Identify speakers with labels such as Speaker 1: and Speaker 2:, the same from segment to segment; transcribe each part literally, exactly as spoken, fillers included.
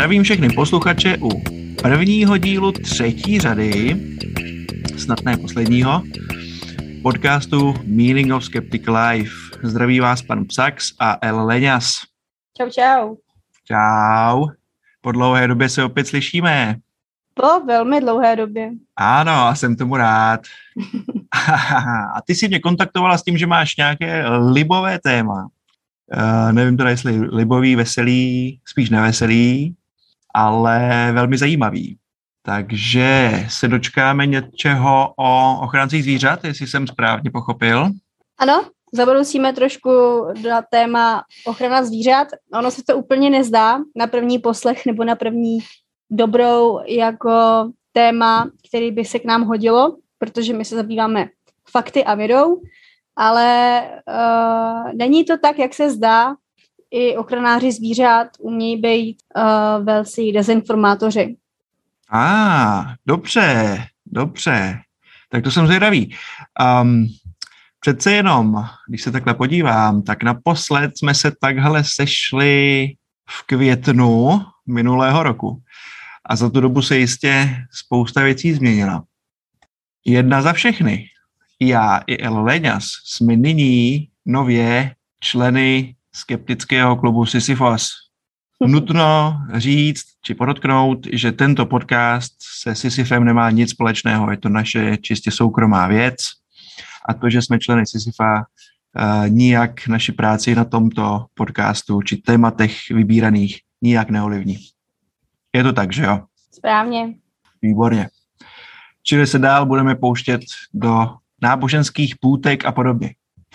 Speaker 1: Zdravím všechny posluchače u prvního dílu třetí řady, snad ne posledního, podcastu Meaning of Skeptic Life. Zdraví vás pan Psax a El Leňas.
Speaker 2: Čau, čau.
Speaker 1: Čau. Po dlouhé době se opět slyšíme.
Speaker 2: Po velmi dlouhé době.
Speaker 1: Ano, jsem tomu rád. A ty jsi mě kontaktovala s tím, že máš nějaké libové téma. Uh, nevím teda, jestli libový, veselý, spíš neveselý, ale velmi zajímavý. Takže se dočkáme něčeho o ochráncích zvířat, jestli jsem správně pochopil.
Speaker 2: Ano, zabrousíme trošku do téma ochrana zvířat. Ono se to úplně nezdá na první poslech nebo na první dobrou jako téma, který by se k nám hodilo, protože my se zabýváme fakty a vědou, ale uh, není to tak, jak se zdá. I ochranáři zvířat umějí být uh, velcí dezinformátoři.
Speaker 1: A, ah, dobře, dobře. Tak to jsem zvědavý. Um, přece jenom, když se takhle podívám, tak naposled jsme se takhle sešli v květnu minulého roku. A za tu dobu se jistě spousta věcí změnila. Jedna za všechny. Já i El Leňas jsme nyní nově členy skeptického klubu Sisyphos. Nutno říct či podotknout, že tento podcast se Sisyphem nemá nic společného, je to naše čistě soukromá věc a to, že jsme členy Sisypha, uh, nijak naši práci na tomto podcastu či tématech vybíraných nijak neovlivní. Je to tak, že jo?
Speaker 2: Správně.
Speaker 1: Výborně. Čili se dál budeme pouštět do náboženských půtek a podobně.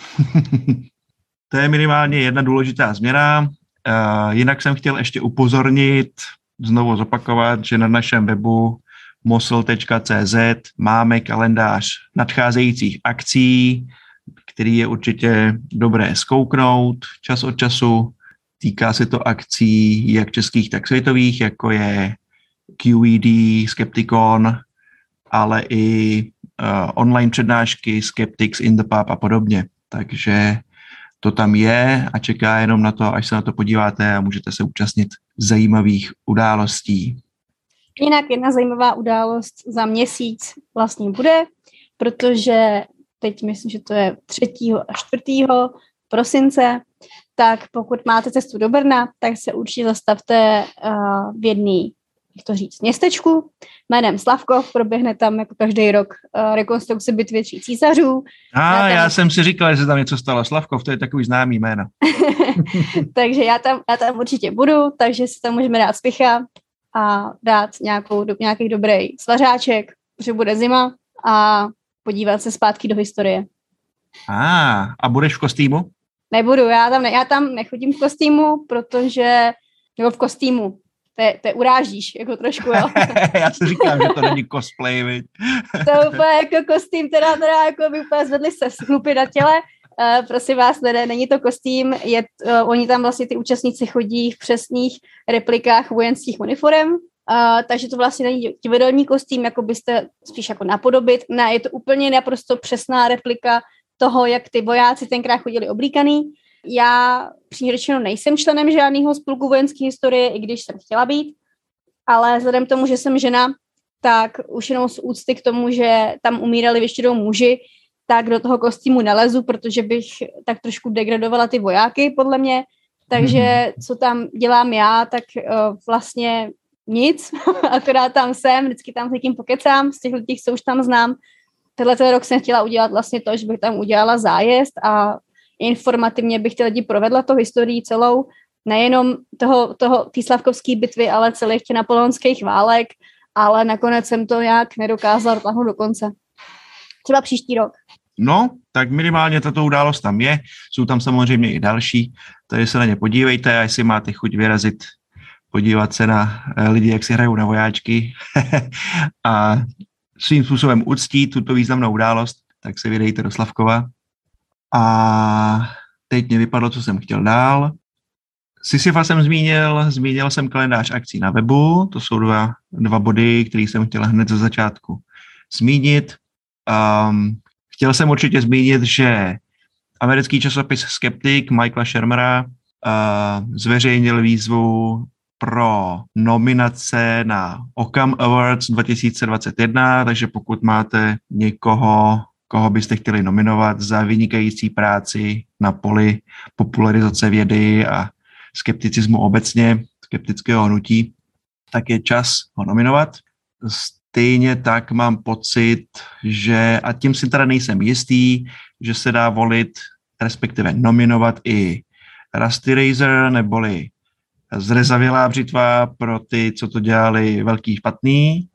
Speaker 1: To je minimálně jedna důležitá změna. Uh, jinak jsem chtěl ještě upozornit, znovu zopakovat, že na našem webu mosl tečka cé zet máme kalendář nadcházejících akcí, který je určitě dobré zkouknout čas od času. Týká se to akcí jak českých, tak světových, jako je Q E D, Skeptikon, ale i uh, online přednášky, Skeptics in the Pub a podobně. Takže to tam je a čeká jenom na to, až se na to podíváte a můžete se účastnit zajímavých událostí.
Speaker 2: Jinak jedna zajímavá událost za měsíc vlastně bude, protože teď myslím, že to je třetího a čtvrtého prosince, tak pokud máte cestu do Brna, tak se určitě zastavte uh, v jedné, jak to říct, městečku jménem Slavkov. Proběhne tam jako každý rok uh, rekonstrukce bitvy tří císařů.
Speaker 1: A
Speaker 2: já, tam...
Speaker 1: já jsem si říkal, že se tam něco stalo. Slavkov, to je takový známý jméno.
Speaker 2: Takže já tam, já tam určitě budu, takže si tam můžeme dát spicha a dát nějakou, do, nějaký dobrý svařáček, protože bude zima a podívat se zpátky do historie.
Speaker 1: A, a budeš v kostýmu?
Speaker 2: Nebudu, já tam, ne, já tam nechodím v kostýmu, protože, nebo v kostýmu, to je, to je urážíš, jako trošku, jo.
Speaker 1: Já si říkám, že to není cosplay, viď?
Speaker 2: To úplně jako kostým, teda, teda jako by úplně zvedli se chlupy na těle. Uh, prosím vás, ne, není to kostým, je, uh, oni tam vlastně ty účastníci chodí v přesných replikách vojenských uniform, uh, takže to vlastně není divadelní kostým, jako byste spíš jako napodobit. Ne, je to úplně naprosto přesná replika toho, jak ty vojáci tenkrát chodili oblíkaný. Já přímě řečeno nejsem členem žádného spolku vojenské historie, i když jsem chtěla být, ale vzhledem k tomu, že jsem žena, tak už jenom z úcty k tomu, že tam umírali většinou muži, tak do toho kostýmu nelezu, protože bych tak trošku degradovala ty vojáky, podle mě. Takže co tam dělám já, tak uh, vlastně nic, akorát tam jsem, vždycky tam s někým pokecám, z těch lidí, co už tam znám. Tenhle rok jsem chtěla udělat vlastně to, že bych tam udělala zájezd a informativně bych ty lidi provedla to historii celou, nejenom toho, toho, té slavkovské bitvy, ale celých těch napoleonských válek, ale nakonec jsem to nějak nedokázala dotáhnout do konce. Třeba příští rok.
Speaker 1: No, tak minimálně tato událost tam je. Jsou tam samozřejmě i další. Tady se na ně podívejte a jestli máte chuť vyrazit, podívat se na lidi, jak si hrajou na vojáčky a svým způsobem uctít tuto významnou událost, tak se vydejte do Slavkova. A teď mě vypadlo, co jsem chtěl dál. Sisypha jsem zmínil, zmínil jsem kalendář akcí na webu, to jsou dva, dva body, které jsem chtěl hned ze začátku zmínit. Um, chtěl jsem určitě zmínit, že americký časopis Skeptik Michaela Shermera uh, zveřejnil výzvu pro nominace na Occam Awards dva tisíce dvacet jedna, takže pokud máte někoho, koho byste chtěli nominovat za vynikající práci na poli popularizace vědy a skepticismu obecně, skeptického hnutí, tak je čas ho nominovat. Stejně tak mám pocit, že, a tím si teda nejsem jistý, že se dá volit, respektive nominovat i Rusty Razor, neboli zrezavělá břitva pro ty, co to dělali velký špatný.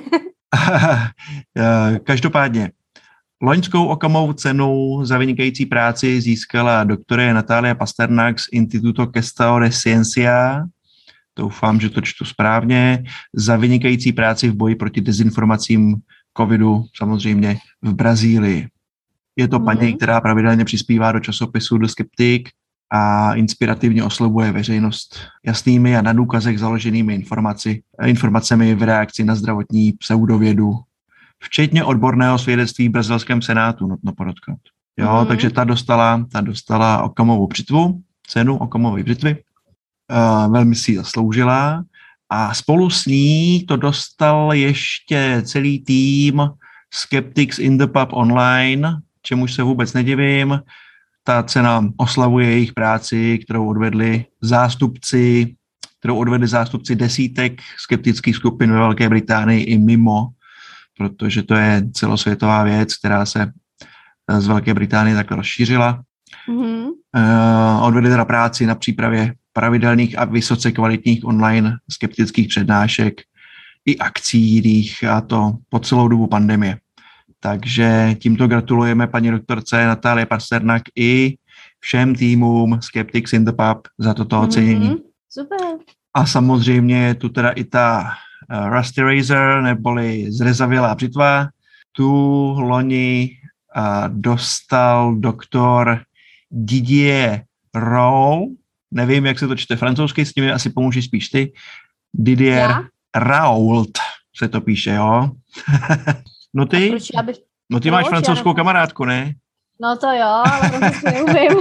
Speaker 1: Každopádně, loňskou Occamovu cenu za vynikající práci získala doktorie Natalia Pasternak z Instituto Questão de Ciência, doufám, že to čtu správně, za vynikající práci v boji proti dezinformacím covidu, samozřejmě v Brazílii. Je to paní, mm-hmm. která pravidelně přispívá do časopisu The Skeptic a inspirativně oslovuje veřejnost jasnými a na důkazech založenými informaci, informacemi v reakci na zdravotní pseudovědu, včetně odborného svědectví v brazilském senátu, nutno podotknout. Jo, mm-hmm. takže ta dostala, ta dostala Occamovu břitvu, cenu Occamovy břitvy, uh, velmi si ji zasloužila a spolu s ní to dostal ještě celý tým Skeptics in the Pub Online, čemuž se vůbec nedivím. Ta cena oslavuje jejich práci, kterou odvedli zástupci, kterou odvedli zástupci desítek skeptických skupin ve Velké Británii i mimo, protože to je celosvětová věc, která se z Velké Británie takhle rozšířila. Mm-hmm. Uh, odvedli teda práci na přípravě pravidelných a vysoce kvalitních online skeptických přednášek i akcí jiných, a to po celou dobu pandemie. Takže tímto gratulujeme paní doktorce Natálie Pasternak i všem týmům Skeptics in the Pub za toto ocenění. Mm-hmm.
Speaker 2: Super.
Speaker 1: A samozřejmě je tu teda i ta uh, Rusty Razor, neboli zrezavělá břitva. Tu loni uh, dostal doktor Didier Raoult. Nevím, jak se to čte francouzsky, s tím asi pomůžeš spíš ty. Didier ja? Raoult se to píše, jo? No ty, bych... no ty máš francouzskou kamarádku, ne?
Speaker 2: No to jo, ale to neumím.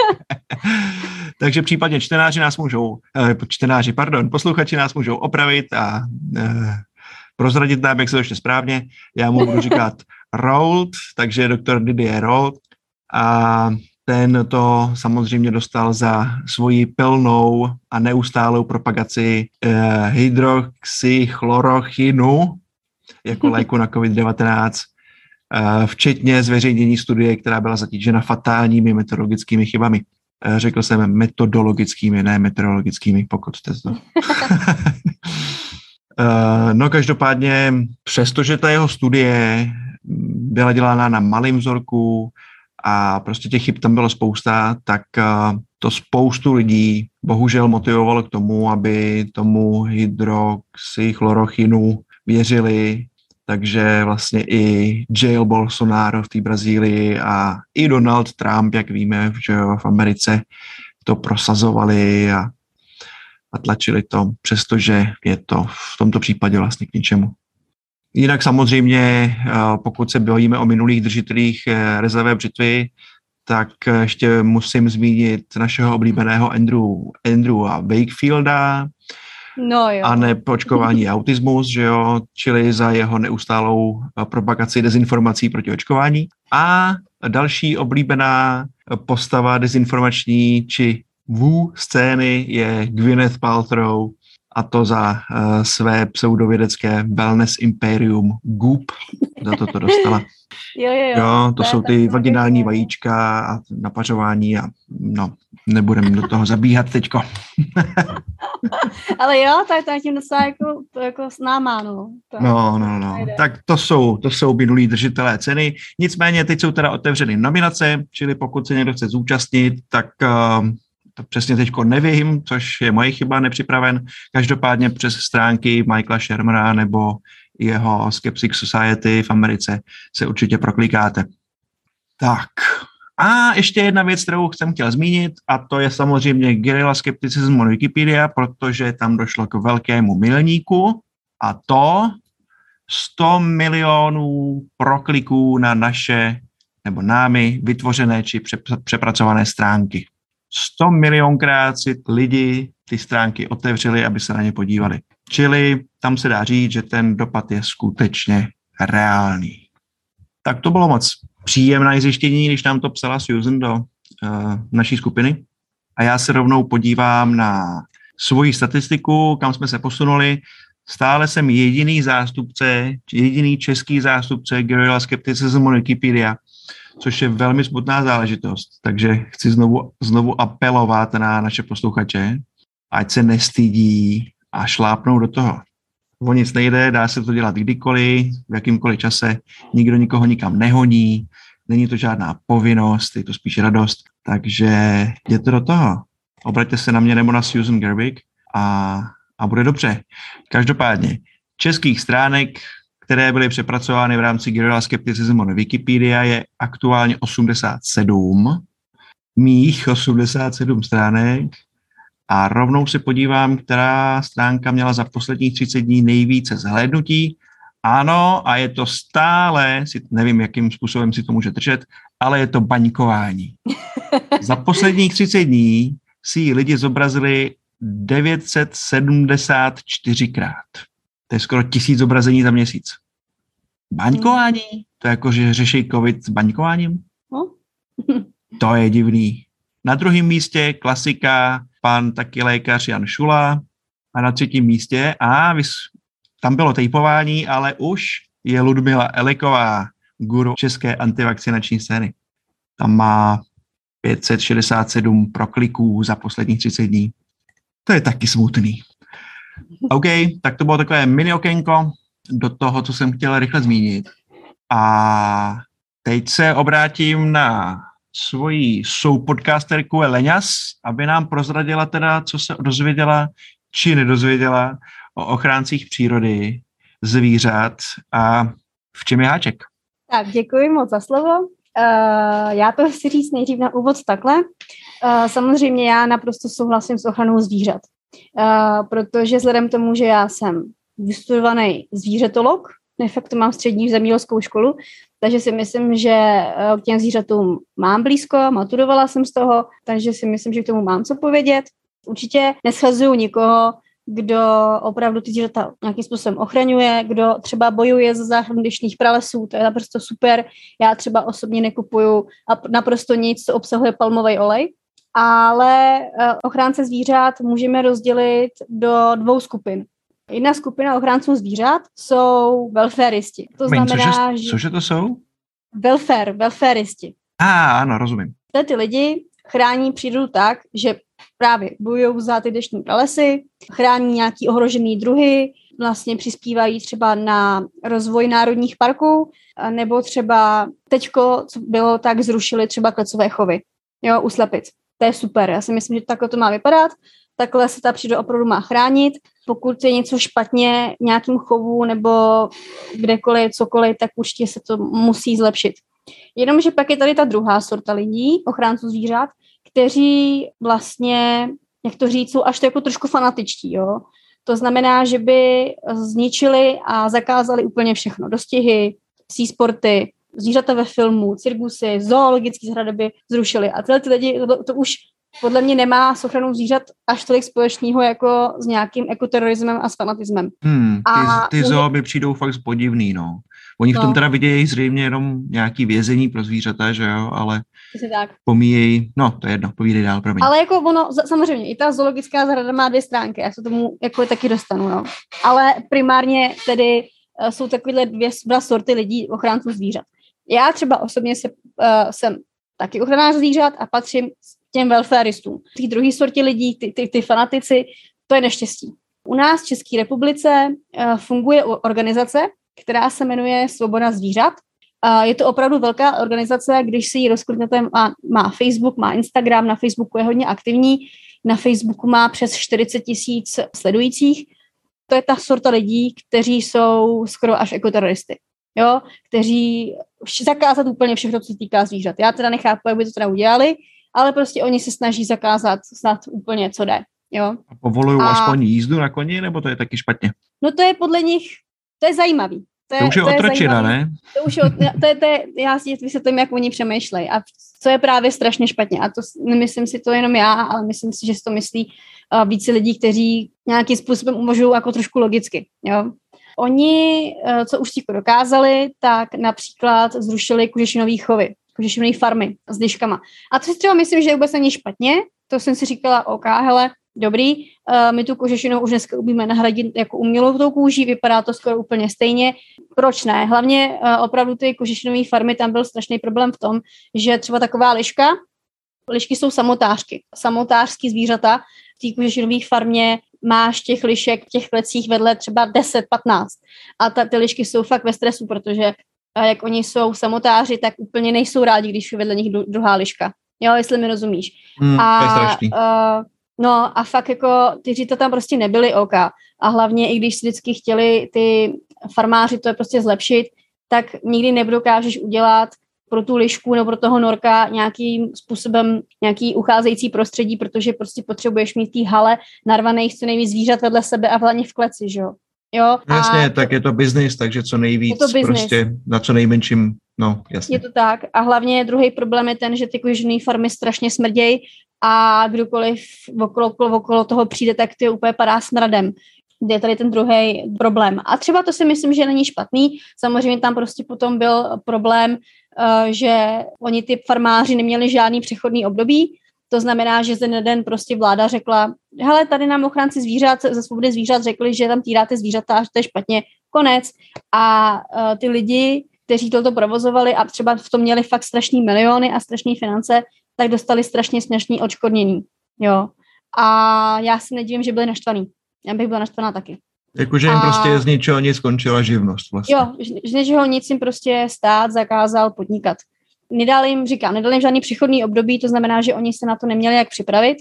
Speaker 1: Takže případně čtenáři nás můžou, eh, čtenáři, pardon, posluchači nás můžou opravit a eh, prozradit nám, jak se to ještě správně. Já mu budu říkat Raoult, takže doktor Didier Raoult. A ten to samozřejmě dostal za svoji pilnou a neustálou propagaci eh, hydroxychlorochinu jako léku na covid devatenáct, eh, včetně zveřejnění studie, která byla zatížena fatálními metodologickými chybami. Eh, řekl jsem metodologickými, ne meteorologickými, pokud jste to. eh, no každopádně, přestože ta jeho studie byla dělána na malém vzorku, a prostě těch chyb tam bylo spousta, tak to spoustu lidí bohužel motivovalo k tomu, aby tomu hydroxychlorochinu věřili, takže vlastně i Jair Bolsonaro v té Brazílii a i Donald Trump, jak víme, že v Americe to prosazovali a, a tlačili to, přestože je to v tomto případě vlastně k ničemu. Jinak samozřejmě, pokud se bavíme o minulých držitelích rezavé břitvy, tak ještě musím zmínit našeho oblíbeného Andrew, Andrewa Wakefielda,
Speaker 2: no jo.
Speaker 1: a neočkování autismus, že jo, čili za jeho neustálou propagaci dezinformací proti očkování. A další oblíbená postava dezinformační či vů scény je Gwyneth Paltrow, a to za uh, své pseudovědecké wellness imperium Goop. Za to to dostala.
Speaker 2: Jo, jo, jo.
Speaker 1: jo to, to jsou ty vaginální vajíčka a napařování a no, nebudeme do toho zabíhat teďko.
Speaker 2: Ale jo, tak to je tím docela jako, jako známá, no. To
Speaker 1: no, no, no. Nejde. Tak to jsou, to jsou minulí držitelé ceny. Nicméně teď jsou teda otevřeny nominace, čili pokud se někdo chce zúčastnit, tak... Uh, to přesně teďko nevím, což je moje chyba, nepřipraven. Každopádně přes stránky Michaela Shermera nebo jeho Skeptic Society v Americe se určitě proklikáte. Tak. A ještě jedna věc, kterou jsem chtěl zmínit, a to je samozřejmě guerilla skepticism on Wikipedia, protože tam došlo k velkému milníku, a to sto milionů prokliků na naše nebo námi vytvořené či přepracované stránky. sto milionkrát si lidi, ty stránky otevřeli, aby se na ně podívali. Čili tam se dá říct, že ten dopad je skutečně reálný. Tak to bylo moc příjemné zjištění, když nám to psala Susan do uh, naší skupiny. A já se rovnou podívám na svoji statistiku, kam jsme se posunuli. Stále jsem jediný zástupce, jediný český zástupce Guerrilla Skepticism on Wikipedia, což je velmi smutná záležitost. Takže chci znovu, znovu apelovat na naše posluchače, ať se nestydí a šlápnou do toho. O nic nejde, dá se to dělat kdykoliv, v jakýmkoliv čase, nikdo nikoho nikam nehoní, není to žádná povinnost, je to spíš radost, takže jděte do toho. Obraťte se na mě nebo na Susan Gerbic a, a bude dobře. Každopádně, českých stránek, které byly přepracovány v rámci Guerrilla Skepticism on Wikipedia, je aktuálně osmdesát sedm, mých osmdesát sedm stránek, a rovnou se podívám, která stránka měla za posledních třicet dní nejvíce zhlédnutí. Ano, a je to stále, nevím, jakým způsobem si to může držet, ale je to baňkování. Za posledních třicet dní si ji lidi zobrazili devět set sedmdesát čtyři krát. To je skoro tisíc zobrazení za měsíc. Baňkování? To je jako, že řeší covid s baňkováním?
Speaker 2: No.
Speaker 1: To je divný. Na druhém místě klasika, pan taky lékař Jan Šula, a na třetím místě, a vys, tam bylo tejpování, ale už je Ludmila Eliková, guru české antivakcinační scény. Tam má pět set šedesát sedm prokliků za posledních třicet dní. To je taky smutný. OK, tak to bylo takové mini okénko do toho, co jsem chtěl rychle zmínit. A teď se obrátím na svoji soupodcasterku Leňas, aby nám prozradila teda, co se dozvěděla či nedozvěděla o ochráncích přírody, zvířat a v čem je háček.
Speaker 2: Tak, děkuji moc za slovo. Uh, já to chci říct nejdřív na úvod takhle. Uh, samozřejmě já naprosto souhlasím s ochranou zvířat, uh, protože vzhledem k tomu, že já jsem vystudovaný zvířetolog, de facto mám střední zemědělskou školu, takže si myslím, že k těm zvířatům mám blízko, maturovala jsem z toho, takže si myslím, že k tomu mám co povědět. Určitě neschazuju nikoho, kdo opravdu ty zvířata nějakým způsobem ochraňuje, kdo třeba bojuje za záchranu deštných pralesů, to je naprosto super. Já třeba osobně nekupuju naprosto nic, co obsahuje palmový olej, ale ochránce zvířat můžeme rozdělit do dvou skupin. Jedna skupina ochránců zvířat jsou welfaristi. To
Speaker 1: Mein,
Speaker 2: znamená,
Speaker 1: cože,
Speaker 2: že...
Speaker 1: Cože to jsou?
Speaker 2: Welfare, welfaristi.
Speaker 1: A, ah, ano, rozumím.
Speaker 2: Ty lidi chrání přírodu tak, že právě bojují za ty deštní pralesy, chrání nějaký ohrožený druhy, vlastně přispívají třeba na rozvoj národních parků, nebo třeba teďko, co bylo, tak zrušili třeba klecové chovy, jo, u slepic. To je super, já si myslím, že takhle to má vypadat, takhle se ta příroda opravdu má chránit. Pokud je něco špatně v nějakým chovu nebo kdekoliv, cokoliv, tak určitě se to musí zlepšit. Jenomže pak je tady ta druhá sorta lidí, ochránců zvířat, kteří vlastně, jak to říct, jsou až to jako trošku fanatičtí, jo. To znamená, že by zničili a zakázali úplně všechno. Dostihy, psí sporty, zvířata ve filmu, cirkusy, zoologické zahrady by zrušili. A tyhle ty lidi, to, to už podle mě nemá s ochranou zvířat až tolik společného jako s nějakým ekoterorismem a s fanatismem.
Speaker 1: Hmm, ty, a ty zoo by přijdou fakt podivný, no. Oni v tom no. teda vidějí zřejmě jenom nějaký vězení pro zvířata, že jo, ale
Speaker 2: tak.
Speaker 1: pomíjejí, no to je jedno, povídej dál, promiň.
Speaker 2: Ale jako ono, samozřejmě, i ta zoologická zahrada má dvě stránky, já se tomu jako taky dostanu, no. Ale primárně tedy uh, jsou takovýhle dvě, dva sorty lidí, ochránců zvířat. Já třeba osobně se, uh, jsem taky ochranář zvířat a patřím těm welfaristům. Ty druhý sortě lidí, ty, ty, ty fanatici, to je neštěstí. U nás v České republice uh, funguje organizace, která se jmenuje Svoboda zvířat. Uh, je to opravdu velká organizace, když si ji rozkliknete, má, má Facebook, má Instagram, na Facebooku je hodně aktivní, na Facebooku má přes čtyřicet tisíc sledujících. To je ta sorta lidí, kteří jsou skoro až ekoteroristy, jo? Kteří zakázat úplně všechno, co se týká zvířat. Já teda nechápu, jak by to teda udělali, ale prostě oni se snaží zakázat snad úplně, co jde. Jo?
Speaker 1: A povolují a... aspoň jízdu na koni, nebo to je taky špatně?
Speaker 2: No to je podle nich, to je zajímavý. To, je,
Speaker 1: to už je
Speaker 2: to
Speaker 1: otročina,
Speaker 2: je
Speaker 1: ne?
Speaker 2: To už je, to je, to je, já si vysvětlím, jak oni přemýšlejí. A co je právě strašně špatně. A to nemyslím si to jenom já, ale myslím si, že si to myslí uh, více lidí, kteří nějakým způsobem uvažují jako trošku logicky. Jo? Oni, uh, co už tíko dokázali, tak například zrušili kožešinový chovy, kožešinové farmy s liškama. A to si třeba myslím, že vůbec není špatně. To jsem si říkala, OK, hele, dobrý, uh, my tu kožešinu už dneska umíme nahradit jako umělou tou kůží, vypadá to skoro úplně stejně. Proč ne? Hlavně uh, opravdu ty kožešinové farmy, tam byl strašný problém v tom, že třeba taková liška, lišky jsou samotářky, samotářský zvířata, v té kožešinové farmě máš těch lišek v těch klecích vedle třeba deset patnáct a ta, ty lišky jsou fakt ve stresu, protože uh, jak oni jsou samotáři, tak úplně nejsou rádi, když je vedle nich druhá liška. Jo, jestli mi rozumíš.
Speaker 1: Hmm,
Speaker 2: a,
Speaker 1: to je strašný.
Speaker 2: Uh, No a fakt jako ty říta tam prostě nebyly OK. A hlavně i když si vždycky chtěli ty farmáři to je prostě zlepšit, tak nikdy nedokážeš udělat pro tu lišku nebo pro toho norka nějakým způsobem nějaký ucházející prostředí, protože prostě potřebuješ mít tý hale narvaných co nejvíc zvířat vedle sebe a hlavně v kleci, že jo? Jo,
Speaker 1: jasně,
Speaker 2: a
Speaker 1: tak
Speaker 2: to,
Speaker 1: je to biznis, takže co nejvíc,
Speaker 2: je to
Speaker 1: prostě na co nejmenším, no jasně.
Speaker 2: Je to tak a hlavně druhý problém je ten, že ty kožešiné farmy strašně smrdějí a kdokoliv okolo, okolo, okolo toho přijde, tak ty úplně padá smradem. Je tady ten druhý problém. A třeba to si myslím, že není špatný. Samozřejmě tam prostě potom byl problém, uh, že oni ty farmáři neměli žádný přechodný období. To znamená, že ze den prostě vláda řekla, hele, tady nám ochránci zvířat, ze svobody zvířat řekli, že tam týráte zvířata, že to je špatně, konec. A uh, ty lidi, kteří toto provozovali a třeba v tom měli fakt strašný miliony a strašný finance, tak dostali strašně směšný odškodnění. Jo. A já se nedivím, že byli naštvaný. Já bych byla naštvaná taky.
Speaker 1: Jakože jim a... prostě z ničeho nic skončila živnost vlastně.
Speaker 2: Jo, z ničeho nic jim prostě stát zakázal podnikat. Nedali jim, říkám, nedali jim žádný přechodný období, to znamená, že oni se na to neměli jak připravit,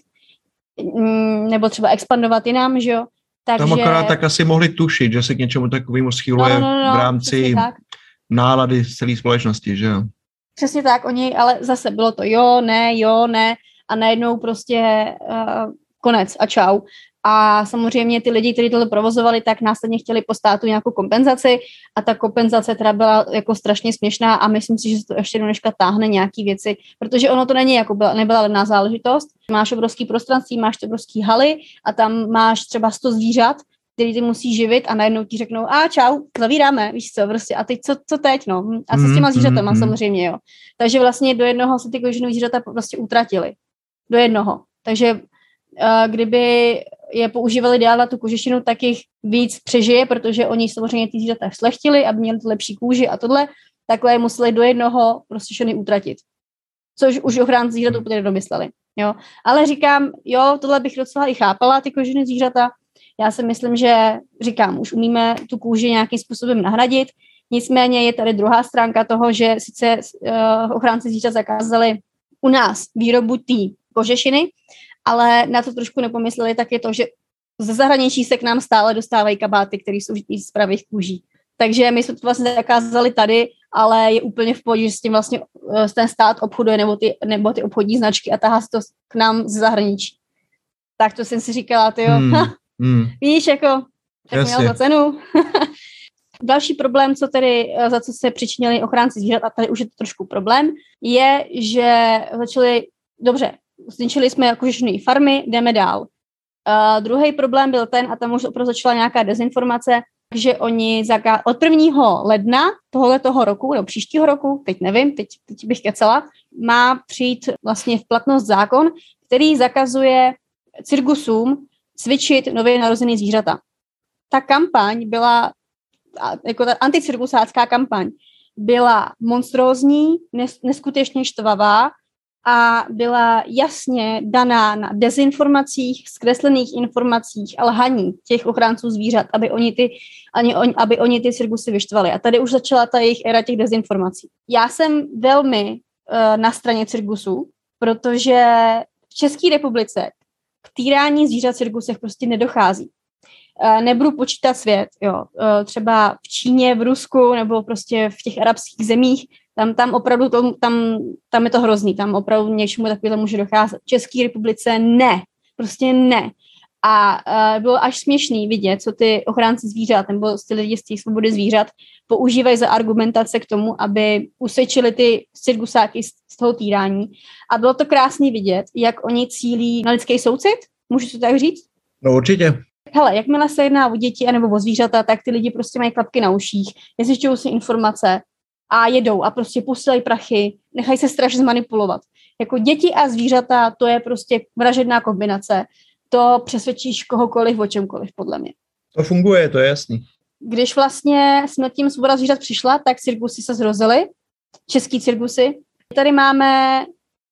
Speaker 2: nebo třeba expandovat jinam, že jo. Takže...
Speaker 1: Tam akorát tak asi mohli tušit, že se k něčemu takovému schyluje
Speaker 2: no, no, no, no,
Speaker 1: v rámci nálady celé společnosti, že jo.
Speaker 2: Přesně tak, oni, ale zase bylo to jo, ne, jo, ne a najednou prostě uh, konec a čau. A samozřejmě ty lidi, kteří tohle provozovali, tak následně chtěli po státu nějakou kompenzaci a ta kompenzace teda byla jako strašně směšná a myslím si, že se to ještě do dneška táhne nějaký věci, protože ono to není jako byla, nebyla levná záležitost. Máš obrovský prostranství, máš obrovský haly a tam máš třeba sto zvířat, který ty musí živit a najednou ti řeknou a čau, zavíráme, víš co, prostě a teď co, co teď, no. A co s těma zvířatama, mm, samozřejmě, jo. Takže vlastně do jednoho se ty kožešinové zvířata prostě utratily. Do jednoho. Takže uh, kdyby je používali dál na tu kožešinu, tak jich víc přežije, protože oni samozřejmě ty zvířata šlechtili, aby měli tu lepší kůži a tohle, takhle je museli do jednoho prostě všechny utratit. Což už ochránci zvířat úplně nedomysleli, jo. Ale říkám, jo, tohle bych docela i chápala, ty kožešiny zvířata. Já si myslím, že, říkám, už umíme tu kůži nějakým způsobem nahradit, nicméně je tady druhá stránka toho, že sice uh, ochránci zvířat zakázali u nás výrobu té kožešiny, ale na to trošku nepomysleli, tak je to, že ze zahraničí se k nám stále dostávají kabáty, které jsou z pravých kůží. Takže my jsme to vlastně zakázali tady, ale je úplně v pohodě, že s tím vlastně uh, ten stát obchoduje nebo ty, nebo ty obchodní značky a tahá se to k nám ze zahraničí. Tak to jsem si říkala, ty jo. Hmm. Hmm. Víš, jako, tak měl za cenu. Další problém, co tedy, za co se přičinili ochránci zvířat, a tady už je to trošku problém, je, že začali, dobře, zničili jsme kožešinové farmy, jdeme dál. Uh, druhý problém byl ten, a tam už opravdu začala nějaká dezinformace, že oni zaká- od prvního ledna tohoto roku, nebo příštího roku, teď nevím, teď, teď bych kecala, má přijít vlastně v platnost zákon, který zakazuje cirkusům cvičit nově narozený zvířata. Ta kampaň byla, jako ta anticirkusácká kampaň, byla monstrózní, nes, neskutečně štvavá a byla jasně daná na dezinformacích, zkreslených informacích a lhaní těch ochránců zvířat, aby oni ty, ani on, aby oni ty cirkusy vyštvali. A tady už začala ta jejich éra těch dezinformací. Já jsem velmi uh, na straně cirkusů, protože v České republice k týrání zvířat v cirkusech prostě nedochází. Uh, nebudu počítat svět, jo. Uh, třeba v Číně, v Rusku nebo prostě v těch arabských zemích, tam, tam opravdu to, tam, tam je to hrozný, tam opravdu něčemu takovému může docházet. V České republice ne, prostě ne. A uh, bylo až směšný vidět, co ty ochránci zvířat nebo ty lidi z té svobody zvířat používají za argumentace k tomu, aby usvědčili ty cirkusáky z, z toho týrání. A bylo to krásný vidět, jak oni cílí na lidský soucit, můžu to tak říct?
Speaker 1: No určitě.
Speaker 2: Hele, jakmile se jedná o děti anebo o zvířata, tak ty lidi prostě mají klapky na uších, nezjišťují si informace a jedou a prostě posílají prachy, nechají se strašně zmanipulovat. Jako děti a zvířata, to je prostě vražedná kombinace. To přesvědčíš kohokoliv o čemkoliv, podle mě.
Speaker 1: To funguje, to je jasný.
Speaker 2: Když vlastně jsme tím svoboda zvířat přišla, tak cirkusy se zrozily, český cirkusy. Tady máme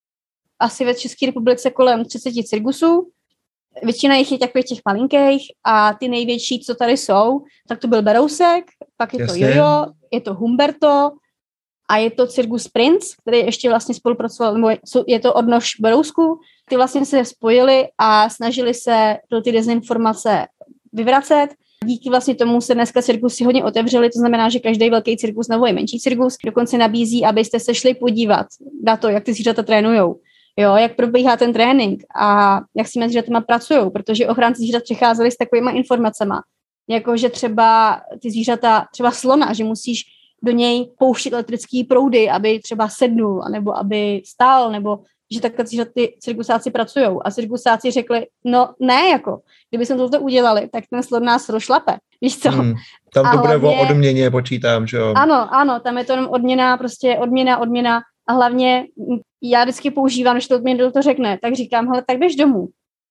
Speaker 2: asi ve České republice kolem třicet cirkusů. Většina jich je takových těch malinkých a ty největší, co tady jsou, tak to byl Berousek, pak je Jasně. to Jojo, je to Humberto a je to Cirkus Prince, který ještě vlastně spolupracoval, nebo je to odnož Berousku. Ty vlastně se spojili a snažili se do ty dezinformace vyvracet. Díky vlastně tomu se dneska cirkusy hodně otevřely, to znamená, že každý velký cirkus nebo i menší cirkus dokonce nabízí, abyste se šli podívat na to, jak ty zvířata trénujou. Jo, jak probíhá ten trénink a jak s těmi zvířatama pracují, protože ochránci zvířat přicházeli s takovýma informacema, jako že třeba ty zvířata, třeba slona, že musíš do něj pouštět elektrický proudy, aby třeba sednul, nebo aby stál, nebo že takhle ty cirkusáci pracují. A cirkusáci řekli, no ne, jako, kdyby jsme toto udělali, tak ten slon nás rozšlape. Víš co? Hmm,
Speaker 1: tam to a bude hlavně, o odměně, počítám, že jo? Ano,
Speaker 2: ano, tam je to jenom odměna, prostě odměna, odměna. A hlavně já vždycky používám, když to odměn to řekne, tak říkám, hele, tak běž domů.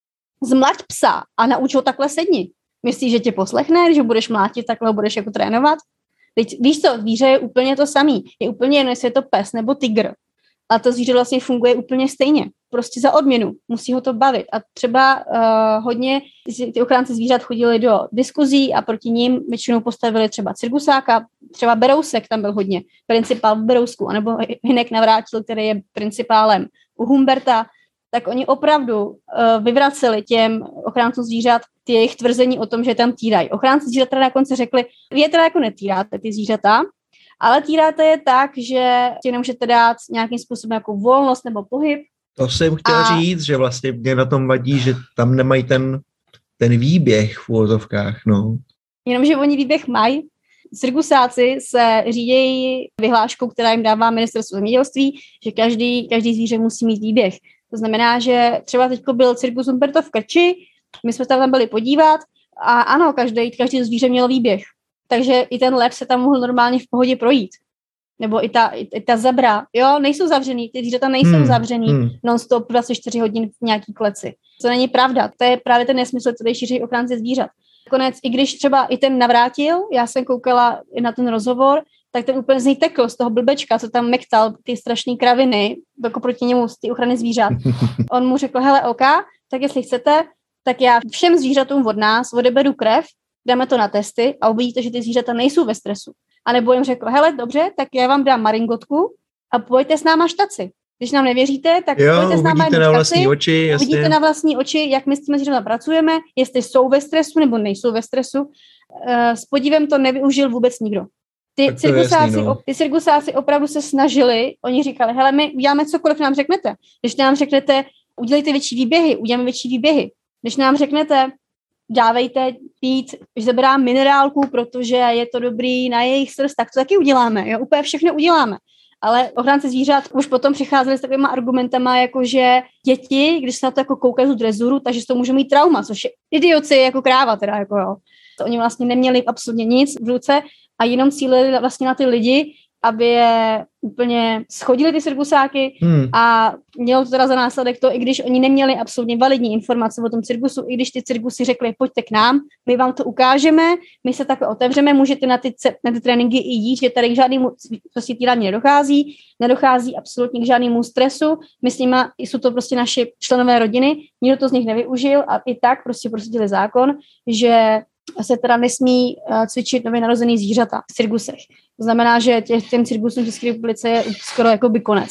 Speaker 2: Zmlať psa a nauč ho takhle sedni. Myslíš, že tě poslechne, že budeš mlátit, takhle ho budeš jako trénovat? Teď, víš co, zvíře je úplně to samý. Je úplně jedno, jestli je to pes nebo tygr. A to zvíře vlastně funguje úplně stejně. Prostě za odměnu. Musí ho to bavit. A třeba uh, hodně ty ochránci zvířat chodili do diskuzí a proti ním většinou postavili třeba cirkusáka, třeba Berousek tam byl hodně, principál v Berousku, anebo Hynek Navrátil, který je principálem u Humberta, tak oni opravdu uh, vyvraceli těm ochráncům zvířat ty jejich tvrzení o tom, že tam týrají. Ochránci zvířat teda na konci řekli, vy je teda jako netýráte ty zvířata, ale týráte je tak, že ti nemůžete dát nějakým způsobem jako volnost nebo pohyb.
Speaker 1: To jsem chtěl a... říct, že vlastně mě na tom vadí, že tam nemají ten, ten výběh v úvozovkách, no.
Speaker 2: Jenomže oni výběh mají. Cirkusáci se řídějí vyhláškou, která jim dává ministerstvo zemědělství, že každý, každý zvíře musí mít výběh. To znamená, že třeba teď byl cirkus Humberto v Krči, my jsme se tam byli podívat a ano, každý, každý zvíře mělo výběh. Takže i ten lev se tam mohl normálně v pohodě projít. Nebo i ta, i, i ta zebra. Jo, nejsou zavřený, ty zvířata nejsou hmm, zavřený hmm. non-stop dvacet čtyři hodin v nějaký kleci. To není pravda. To je právě ten nesmysl, který šíří ochránci zvířat. Konec, i když třeba i ten Navrátil, já jsem koukala na ten rozhovor, tak ten úplně z něj tekl, z toho blbečka, co tam mektal, ty strašný kraviny, jako proti němu z té ochrany zvířat. On mu řekl, hele, OK, tak jestli chcete, tak já všem zvířatům od nás odeberu krev, dáme to na testy a uvidíte, že ty zvířata nejsou ve stresu. A nebo jim řekl, hele, dobře, tak já vám dám maringotku a pojďte s náma štaci. Když nám nevěříte, tak
Speaker 1: jo,
Speaker 2: pojďte s náma
Speaker 1: štaci, na vlastní oči, jasně.
Speaker 2: Uvidíte na vlastní oči, jak my s těmi zvířata pracujeme, jestli jsou ve stresu nebo nejsou ve stresu. Uh, s podívem to nevyužil vůbec nikdo. Ty cirkusáci, jasný, no. ty cirkusáci opravdu se snažili, oni říkali, hele, my uděláme cokoliv nám řeknete. Když nám řeknete, udělejte větší výběhy, uděláme větší výběhy. Když nám řeknete, dávejte pít, zaberám minerálku, protože je to dobrý na jejich srst, tak to taky uděláme, jo, úplně všechno uděláme. Ale ochránci zvířat už potom přicházeli s takovýma argumentama, jako že děti, když se na to jako koukají z drezuru, takže to může mít trauma, což je idioci jako kráva teda, jako jo. To oni vlastně neměli absolutně nic v ruce a jenom cílili vlastně na ty lidi, aby je úplně schodili ty cirkusáky hmm. a mělo to teda za následek to, i když oni neměli absolutně validní informace o tom cirkusu, i když ty cirkusy řekli, pojďte k nám, my vám to ukážeme, my se takhle otevřeme, můžete na ty, na ty tréninky i jít, že tady k žádnému prostě týrání nedochází, nedochází absolutně k žádnému stresu, my s nima, jsou to prostě naše členové rodiny, nikdo to z nich nevyužil a i tak prostě prosadili zákon, že se teda nesmí uh, cvičit nově narozený zvířata v cirkusech. To znamená, že tě, těm cirkusům v České republice je skoro jako by konec.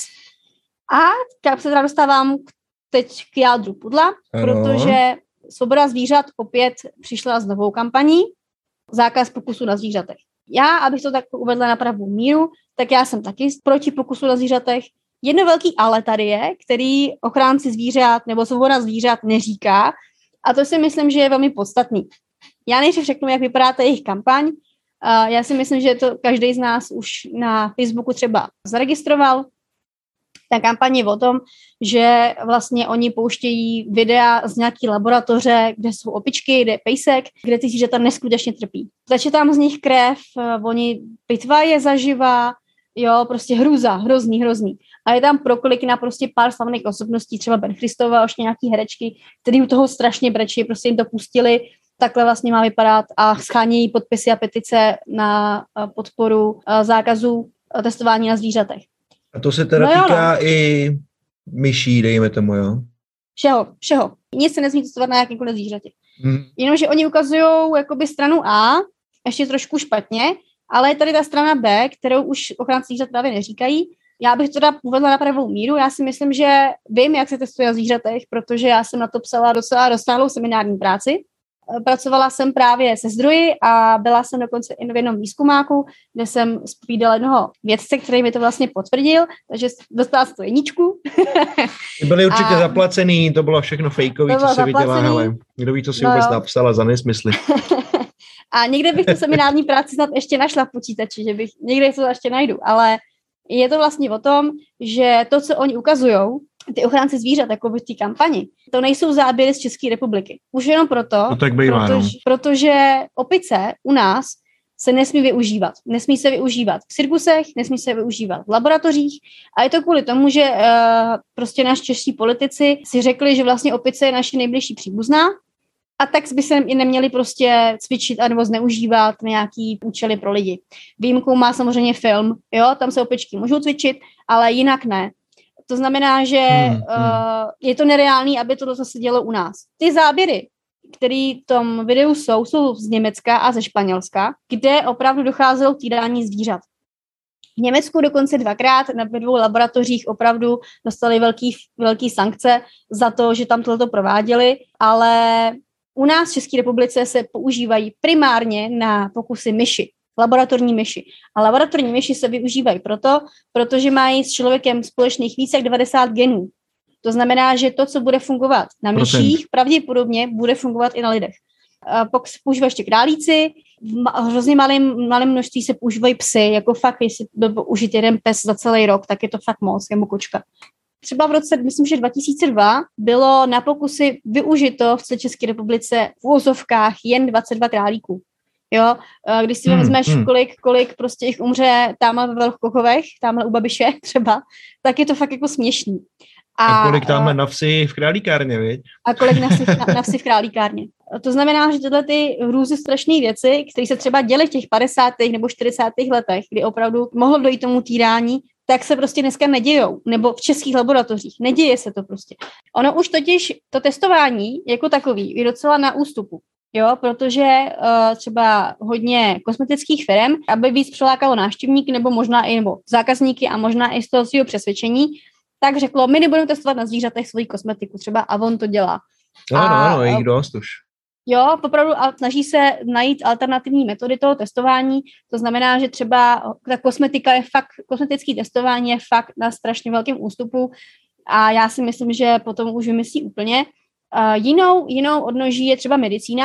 Speaker 2: A tak se teda dostávám teď k jádru pudla, ano. Protože Svoboda zvířat opět přišla s novou kampaní, zákaz pokusu na zvířatech. Já, abych to tak uvedla na pravou míru, tak já jsem taky proti pokusu na zvířatech. Jedno velký ale tady je, který ochránci zvířat nebo Svoboda zvířat neříká, A to si myslím, že je velmi podstatný. Já nejdřív řeknu, jak vypadá ta jejich kampaň. Já si myslím, že to každý z nás už na Facebooku třeba zaregistroval. Ta kampaň je o tom, že vlastně oni pouštějí videa z nějaký laboratoře, kde jsou opičky, kde je pejsek, kde ty zvířata neskutečně trpí. Teče tam z nich krev, oni pitva je zaživa, jo, prostě hrůza, hrozný, hrozný. A je tam proklik na prostě pár slavných osobností, třeba Ben Christova, ještě nějaký herečky, který u toho strašně brečí, prostě jim to pustili. Takhle vlastně má vypadat a schánějí podpisy a petice na podporu zákazu testování na zvířatech.
Speaker 3: A to se teda no týká no. i myší, dejme tomu, jo?
Speaker 2: Všeho, všeho. Nic se nesmí testovat na jakýmkoliv zvířatě. Hmm. Jenomže oni ukazují jakoby stranu A, ještě trošku špatně, ale je tady ta strana B, kterou už ochránci zvířat právě neříkají. Já bych to teda uvedla na pravou míru. Já si myslím, že vím, jak se testuje na zvířatech, protože já jsem na to psala docela rozsáhlou seminární práci. Pracovala jsem právě se zdroji a byla jsem dokonce i v jednom výzkumáku, kde jsem zpovídala jednoho vědce, který mi to vlastně potvrdil, takže dostala jsem tu jedničku.
Speaker 3: Byli určitě a zaplacený, to bylo všechno fejkový, co se viděla, hele. Kdo ví, co si no vůbec jo. napsala za nesmysly.
Speaker 2: A někde bych tu seminární práci snad ještě našla v počítači, že bych někde to ještě najdu, ale je to vlastně o tom, že to, co oni ukazujou, ty ochránci zvířat, jako v té kampani, to nejsou záběry z České republiky. Už jenom proto,
Speaker 3: no tak bývá,
Speaker 2: protože, no. protože opice u nás se nesmí využívat. Nesmí se využívat v cirkusech, nesmí se využívat v laboratořích a je to kvůli tomu, že uh, prostě naši čeští politici si řekli, že vlastně opice je naše nejbližší příbuzná a tak by se i neměli prostě cvičit anebo zneužívat nějaký účely pro lidi. Výjimkou má samozřejmě film, jo, tam se opičky můžou cvičit, ale jinak ne. To znamená, že hmm, hmm. Uh, je to nereálný, aby to zase dělo u nás. Ty záběry, které v tom videu jsou, jsou z Německa a ze Španělska, kde opravdu docházelo k týrání zvířat. V Německu dokonce dvakrát na dvou laboratořích opravdu dostali velký, velký sankce za to, že tam tohleto prováděli, ale u nás v České republice se používají primárně na pokusy myši. Laboratorní myši. A laboratorní myši se využívají proto, protože mají s člověkem společných více jak devadesát genů. To znamená, že to, co bude fungovat na myších, pravděpodobně bude fungovat i na lidech. Pokud se používají ještě králíci, v hrozně malém, malém množství se používají psy, jako fakt, jestli byl použít jeden pes za celý rok, tak je to fakt moc, nebo kočka. Třeba v roce, myslím, že dva tisíce dva bylo na pokusy využito v České republice v úvozovkách jen dvacet dva králíků. Jo, když si hmm, vezmeš, hmm. kolik, kolik prostě jich umře tamhle ve Velkochovech, tamhle u Babiše třeba, tak je to fakt jako směšný.
Speaker 3: A, a kolik tamhle na vsi v králíkárně, viď?
Speaker 2: A kolik na vsi, na, na vsi v králíkárně. To znamená, že tyhle ty hrůzy strašné věci, které se třeba děly v těch padesátých nebo čtyřicátých letech, kdy opravdu mohlo dojít tomu týrání, tak se prostě dneska nedějou. Nebo v českých laboratořích. Neděje se to prostě. Ono už totiž to testování jako takový je docela na ústupu. Jo, protože uh, třeba hodně kosmetických firm, aby víc přilákalo návštěvníky nebo možná i nebo zákazníky a možná i z toho svého přesvědčení, tak řeklo, my nebudeme testovat na zvířatech svoji kosmetiku, třeba Avon to dělá.
Speaker 3: Ano, ano, je jich dost už.
Speaker 2: Jo, opravdu a snaží se najít alternativní metody toho testování, to znamená, že třeba ta kosmetika je fakt, kosmetické testování je fakt na strašně velkém ústupu a já si myslím, že potom už vymyslí úplně. Uh, jinou, jinou odnoží je třeba medicína,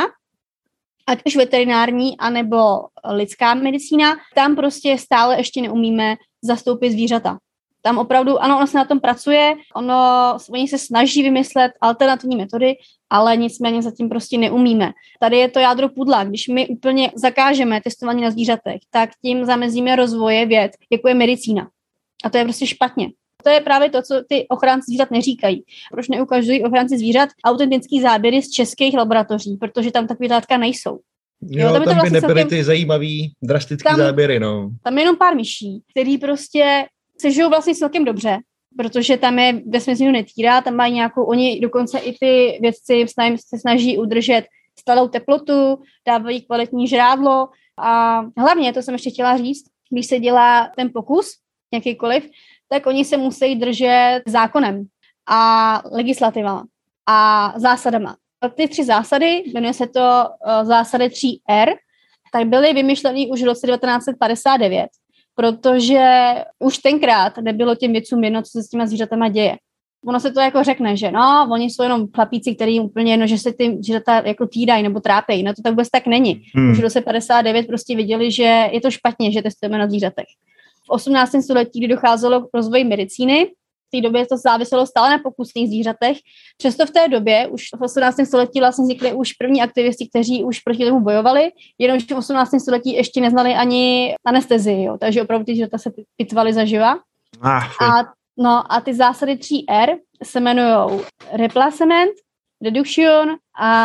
Speaker 2: ať už veterinární, anebo lidská medicína. Tam prostě stále ještě neumíme zastoupit zvířata. Tam opravdu, ano, ono se na tom pracuje, ono, oni se snaží vymyslet alternativní metody, ale nicméně zatím prostě neumíme. Tady je to jádro pudla. Když my úplně zakážeme testování na zvířatech, tak tím zamezíme rozvoje věd, jako je medicína. A to je prostě špatně. To je právě to, co ty ochránci zvířat neříkají. Proč neukazují ochránci zvířat autentický záběry z českých laboratoří, protože tam takové dátka nejsou.
Speaker 3: Jo, jo tam, tam by vlastně nebyly celkem ty zajímavý, drastický tam, záběry, no.
Speaker 2: Tam je jenom pár myší, který prostě se žijou vlastně celkem dobře, protože tam je vesměs nikdo netírá, tam mají nějakou, oni dokonce i ty vědci se snaží udržet stálou teplotu, dávají kvalitní žrádlo a hlavně, to jsem ještě chtěla říct, když se dělá ten pokus, jakýkoliv, tak oni se musí držet zákonem a legislativama a zásadama. Ty tři zásady, jmenuje se to uh, zásady tří R, tak byly vymyšleny už v roce devatenáct set padesát devět, protože už tenkrát nebylo těm vědcům jedno, co se s těma zvířatama děje. ono se to jako řekne, že no, oni jsou jenom chlapíci, který jim úplně jedno, že se ty zvířata jako týdají nebo trápejí. No to tak vůbec tak není. Hmm. Už v roce padesát devět prostě viděli, že je to špatně, že testujeme na zvířatech. V osmnáctém století, kdy docházelo k rozvoji medicíny, v té době to záviselo stále na pokusných zvířatech. Přesto v té době, už v osmnáctém století vlastně vznikli už první aktivisti, kteří už proti tomu bojovali, jenomže v osmnáctém století ještě neznali ani anestezii, jo, takže opravdu ty zvířata se pitvali zaživa.
Speaker 1: Ah,
Speaker 2: a, no, a ty zásady tří R se jmenují replacement, reduction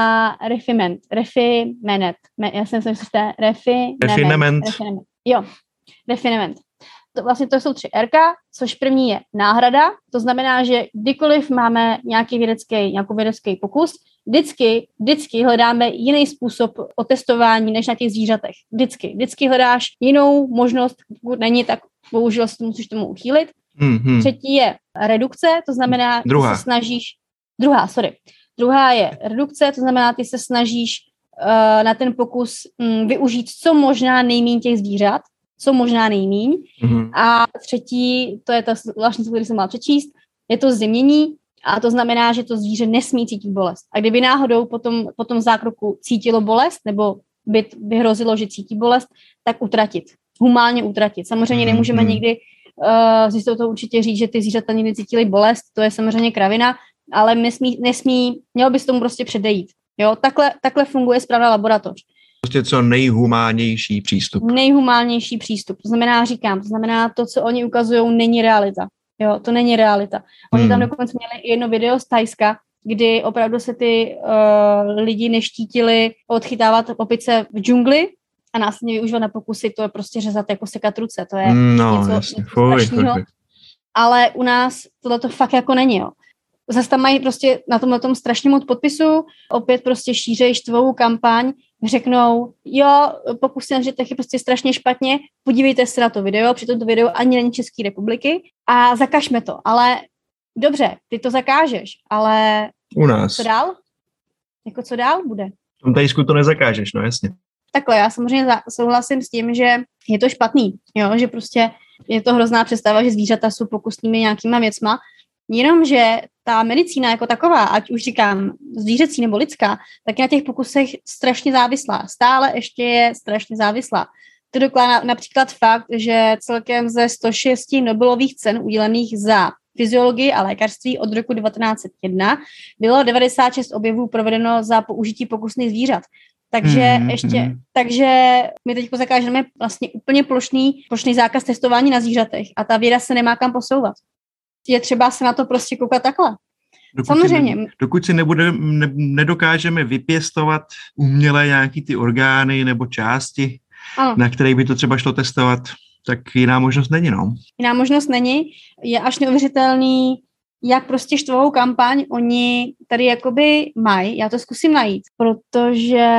Speaker 2: a refinement. Refinement. Já jsem se myslel, že refinement.
Speaker 1: Refinement.
Speaker 2: Refinement. Jo, refinement. To vlastně to jsou tři Rka, což první je náhrada, to znamená, že kdykoliv máme nějaký vědecký, nějaký vědecký pokus, vždycky, vždycky hledáme jiný způsob otestování než na těch zvířatech. Vždycky. Vždycky hledáš jinou možnost, pokud není, tak bohužel se musíš tomu uchýlit. Mm-hmm. Třetí je redukce, to znamená,
Speaker 1: Druhá.
Speaker 2: ty se snažíš, druhá, sorry. Druhá je redukce, to znamená, ty se snažíš uh, na ten pokus um, využít co možná nejméně těch zvířat, co možná nejmíň. Mm-hmm. A třetí, to je ta zvláštní, který jsem měla přečíst, je to zimnění a to znamená, že to zvíře nesmí cítit bolest. A kdyby náhodou po tom, po tom zákroku cítilo bolest, nebo by, by hrozilo, že cítí bolest, tak utratit. Humánně utratit. Samozřejmě mm-hmm. nemůžeme nikdy uh, zjistit to určitě říct, že ty zvířata nikdy cítily bolest, to je samozřejmě kravina, ale nesmí, nesmí mělo by se tomu prostě předejít. Jo? Takhle, takhle funguje správná laboratoř.
Speaker 1: Prostě co nejhumánnější přístup.
Speaker 2: Nejhumánnější přístup. To znamená, říkám, to znamená, to, co oni ukazují, není realita. Jo, to není realita. Oni hmm. tam dokonce měli jedno video z Thajska, kdy opravdu se ty uh, lidi neštítili odchytávat opice v džungli a následně využívat na pokusy, to je prostě řezat jako sekat ruce. To je
Speaker 1: no,
Speaker 2: něco,
Speaker 1: jasně.
Speaker 2: něco
Speaker 1: Fuj,
Speaker 2: strašného.
Speaker 1: fuj, fuj.
Speaker 2: Ale u nás tohle to fakt jako není, jo. Zase tam mají prostě na tom, na tom strašně moc podpisů, opět prostě šířejí štvou kampaň, řeknou, jo, pokusy na zvířatech je prostě strašně špatně, podívejte se na to video, přitom to video ani není České republiky a zakažme to, ale dobře, ty to zakážeš, ale
Speaker 1: u nás.
Speaker 2: Co dál? Jako co dál bude?
Speaker 1: V tom Thajsku to nezakážeš, no jasně.
Speaker 2: Takhle, já samozřejmě souhlasím s tím, že je to špatný, jo, že prostě je to hrozná představa, že zvířata jsou pokusnými nějakýma věcma, jenomže ta medicína jako taková, ať už říkám zvířecí nebo lidská, tak je na těch pokusech strašně závislá. Stále ještě je strašně závislá. To dokládá například fakt, že celkem ze sto šest Nobelových cen udělených za fyziologii a lékařství od roku devatenáct set jedna bylo devadesát šest objevů provedeno za použití pokusných zvířat. Takže hmm, ještě, hmm. takže my teď zakážeme vlastně úplně plošný, plošný zákaz testování na zvířatech a ta věda se nemá kam posouvat. Je třeba se na to prostě koukat takhle.
Speaker 1: Dokud
Speaker 2: Samozřejmě.
Speaker 1: Si, dokud si nebude, ne, nedokážeme vypěstovat umělé nějaký ty orgány nebo části, ano. na které by to třeba šlo testovat, tak jiná možnost není, no.
Speaker 2: Jiná možnost není. Je až neuvěřitelný, jak prostě štvou kampaň oni tady jakoby mají. Já to zkusím najít, protože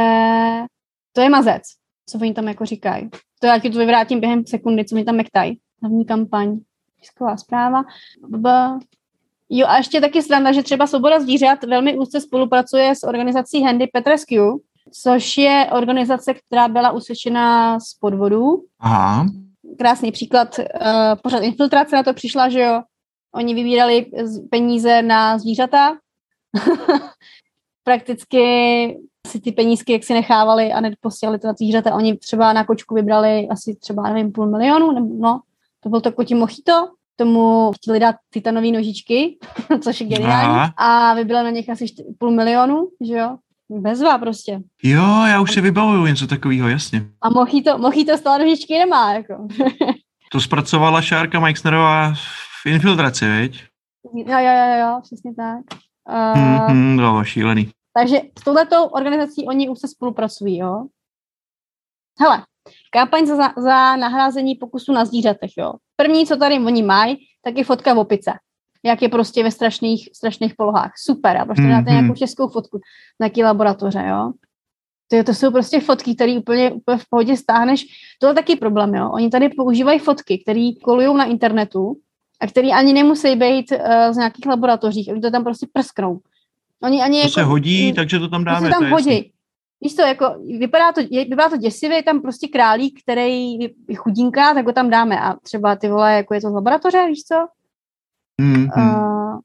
Speaker 2: to je mazec, co oni tam jako říkají. To já ti to vyvrátím během sekundy, co mi tam mektají. Hlavní kampaň. Tisková zpráva. Jo, a ještě taky strana, že třeba Svoboda zvířat velmi úzce spolupracuje s organizací Handy Pet Rescue, což je organizace, která byla usvědčena z podvodů.
Speaker 1: Aha. Krásný
Speaker 2: příklad, uh, pořád infiltrace na to přišla, že jo. Oni vybírali peníze na zvířata. Prakticky si ty penízky jak si nechávali a neposílali to na zvířata. Oni třeba na kočku vybrali asi třeba, nevím, půl milionu, nebo no. To byl to kotí mochito, tomu chtěli dát titanové nožičky, což je geniální, a vybila na něch asi půl milionu, že jo, bezva prostě.
Speaker 1: Jo, já už se vybavuju něco takového, jasně.
Speaker 2: A mochito, mochito stále nožičky nemá, jako.
Speaker 1: To zpracovala Šárka Meixnerová v infiltraci, viď?
Speaker 2: Jo, jo, jo, jo, přesně tak. Uh,
Speaker 1: mm-hmm, no, šílený.
Speaker 2: Takže s touhletou organizací oni už se spolupracují, jo. Hele, kampaň za, za nahrázení pokusu na zvířatech, jo. První, co tady oni mají, tak je fotka v opice. Jak je prostě ve strašných, strašných polohách. Super, a prostě mm-hmm. dáte nějakou českou fotku na jaký laboratoře, jo. To, to jsou prostě fotky, které úplně, úplně v pohodě stáhneš. To je taky problém, jo. Oni tady používají fotky, které kolují na internetu a které ani nemusí být uh, z nějakých laboratořích. Oni to tam prostě prsknou. Oni ani
Speaker 1: to
Speaker 2: jako,
Speaker 1: se hodí, m, takže to tam dáme.
Speaker 2: To se tam to hodí. Víš to, jako, vypadá to, je, vypadá to děsivě, je tam prostě králík, který je chudinka, tak ho tam dáme a třeba ty vole, jako je to z laboratoře, víš co?
Speaker 1: Mm-hmm.
Speaker 2: Uh,